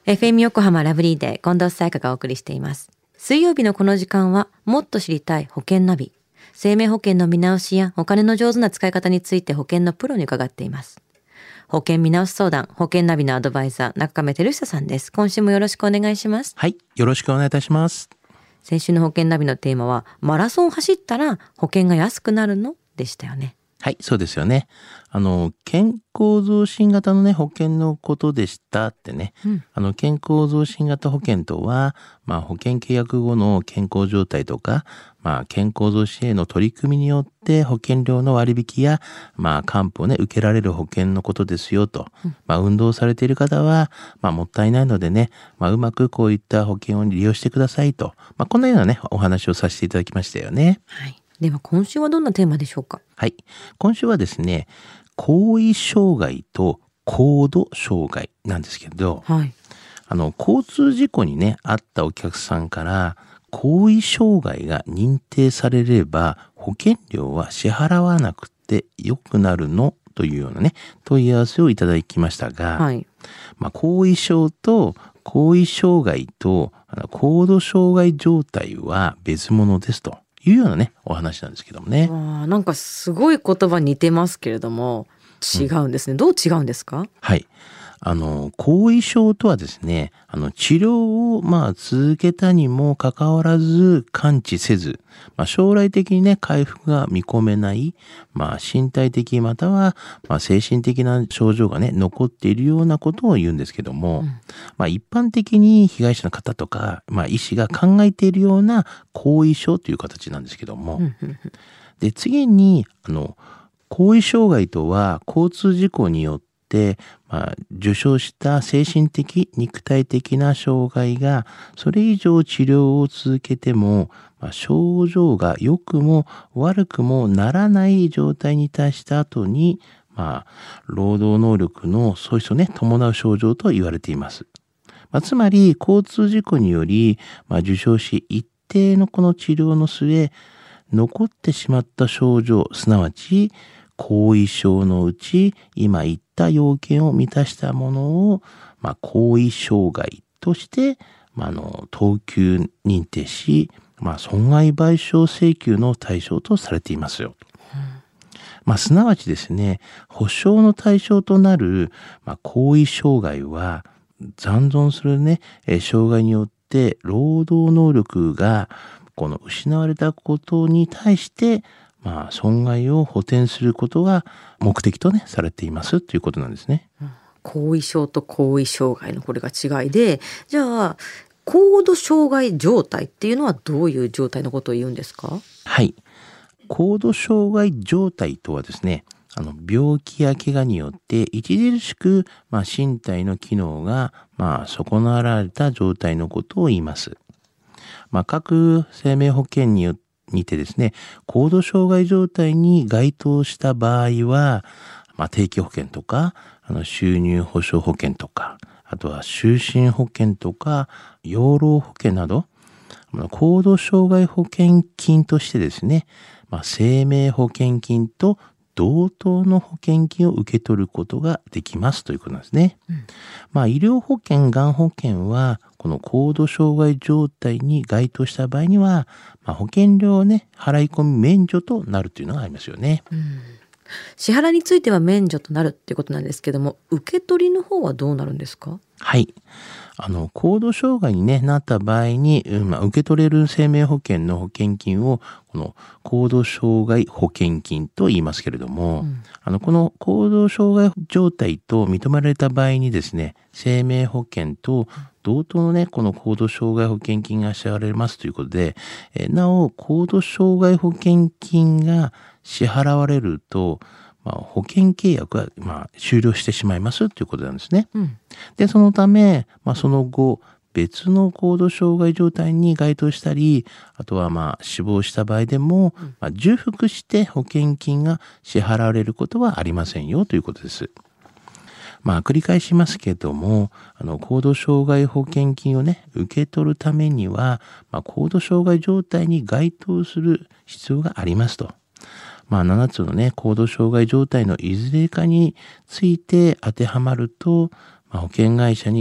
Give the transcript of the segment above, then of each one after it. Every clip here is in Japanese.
FM 横浜ラブリーデー近藤沙耶香がお送りしています。水曜日のこの時間はもっと知りたい保険ナビ。生命保険の見直しやお金の上手な使い方について保険のプロに伺っています。保険見直し相談、保険ナビのアドバイザー、中亀照久さんです。今週もよろしくお願いします。 はい、よろしくお願いいたします。 先週の保険ナビのテーマは、マラソン走ったら保険が安くなるのでしたよね。 はい、そうですよね。健康増進型のね、保険のことでしたってね。健康増進型保険とは、保険契約後の健康状態とか、健康増進への取り組みによって保険料の割引や、還付をね、受けられる保険のことですよと。運動されている方は、もったいないのでね、うまくこういった保険を利用してくださいと。こんなようなね、お話をさせていただきましたよね。 はい。では今週はどんなテーマでしょうか？ はい。今週はですね、後遺障害と高度障害なんですけど、 はい。 交通事故にね、あったお客さんから、後遺障害が認定されれば、保険料は支払わなくて良くなるのというようなね、問い合わせをいただきましたが、 はい。 後遺症と後遺障害と高度障害状態は別物ですというようなね、お話なんですけどもね。 なんかすごい言葉似てますけれども、違うんですね。どう違うんですか？ はい。後遺症とはですね、治療を続けたにもかかわらず完治せず、将来的にね、回復が見込めない、身体的または、精神的な症状がね、残っているようなことを言うんですけども、一般的に被害者の方とか、医師が考えているような後遺症という形なんですけども、で、次に、後遺障害とは交通事故によって受傷した精神的肉体的な障害がそれ以上治療を続けても、症状が良くも悪くもならない状態に達した後に、労働能力の喪失をね伴う症状と言われています。つまり交通事故により、受傷し一定のこの治療の末残ってしまった症状、すなわち後遺症のうち今言った要件を満たしたものを、後遺障害として、等級認定し、損害賠償請求の対象とされていますよ。すなわちですね、保障の対象となる、後遺障害は残存するね、障害によって労働能力がこの失われたことに対して損害を補填することが目的とねされていますということなんですね。 後遺症と後遺障害のこれが違いで、じゃあ高度障害状態っていうのはどういう状態のことを言うんですか？ はい。高度障害状態とはですね、病気や怪我によって著しく、身体の機能が、損なわれた状態のことを言います。各生命保険にてですね、高度障害状態に該当した場合は、定期保険とか、収入保障保険とか、あとは就寝保険とか、養老保険など、高度障害保険金としてですね、生命保険金と同等の保険金を受け取ることができますということなんですね。医療保険、がん保険は、この高度障害状態に該当した場合には、保険料をね、払い込み免除となるというのがありますよね。 支払いについては免除となるっていうことなんですけども、受け取りの方はどうなるんですか？ はい。高度障害に、なった場合に、受け取れる生命保険の保険金を、この高度障害保険金と言いますけれども、この高度障害状態と認められた場合にですね、生命保険と同等のね、この高度障害保険金が支払われますということで、なお、高度障害保険金が支払われると、保険契約は終了してしまいますということなんですね。で、そのため、その後、別の高度障害状態に該当したり、あとは死亡した場合でも、重複して保険金が支払われることはありませんよということです。繰り返しますけども、高度障害保険金をね、受け取るためには、高度障害状態に該当する必要がありますと。7つのね、高度障害状態のいずれかについて当てはまると、保険会社に、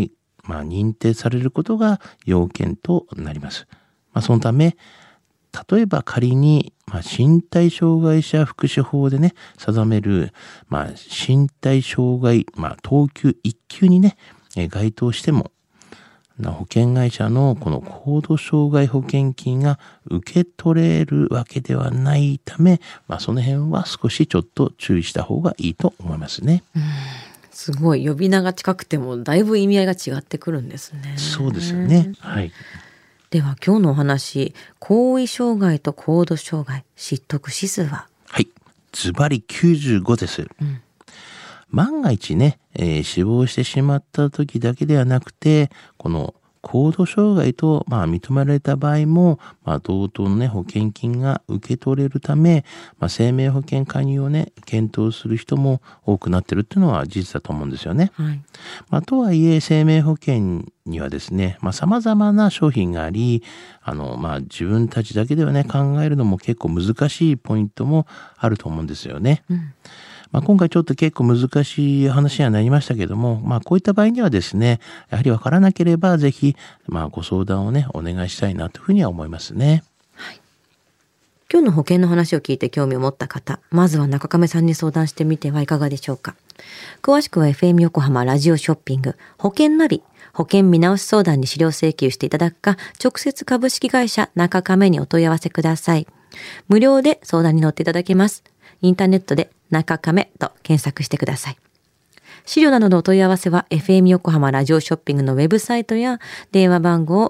認定されることが要件となります。そのため、例えば仮に、身体障害者福祉法でね、定める、身体障害、等級1級にね、該当しても、保険会社のこの高度障害保険金が受け取れるわけではないため、その辺は少しちょっと注意した方がいいと思いますね。 すごい呼び名が近くてもだいぶ意味合いが違ってくるんですね。 そうですよね。はい。 では今日のお話、行為障害と高度障害、知得指数は？ はい。ズバリ95です。万が一ね、死亡してしまった時だけではなくて、この高度障害と、認められた場合も、同等のね、保険金が受け取れるため、生命保険加入をね、検討する人も多くなってるっていうのは事実だと思うんですよね。 はい。 とはいえ、生命保険にはですね、様々な商品があり、自分たちだけではね、考えるのも結構難しいポイントもあると思うんですよね。今回ちょっと結構難しい話にはなりましたけども、こういった場合にはですね、やはりわからなければぜひ、ご相談をね、お願いしたいなというふうには思いますね。 はい。今日の保険の話を聞いて興味を持った方、まずは中亀さんに相談してみてはいかがでしょうか。詳しくは FM 横浜ラジオショッピング保険ナビ保険見直し相談に資料請求していただくか、直接株式会社中亀にお問い合わせください。無料で相談に乗っていただけます。インターネットで中亀と検索してください。資料などのお問い合わせは FM 横浜ラジオショッピングのウェブサイトや電話番号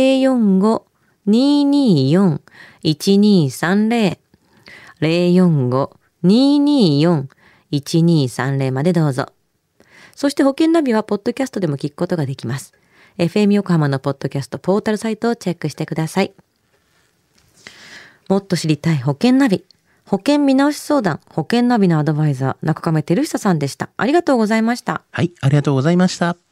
045-224-1230 045-224-1230までどうぞ。そして保険ナビはポッドキャストでも聞くことができます。FM 横浜のポッドキャストポータルサイトをチェックしてください。もっと知りたい保険ナビ。保険見直し相談、保険ナビのアドバイザー、中亀照久さんでした。ありがとうございました。 はい、ありがとうございました。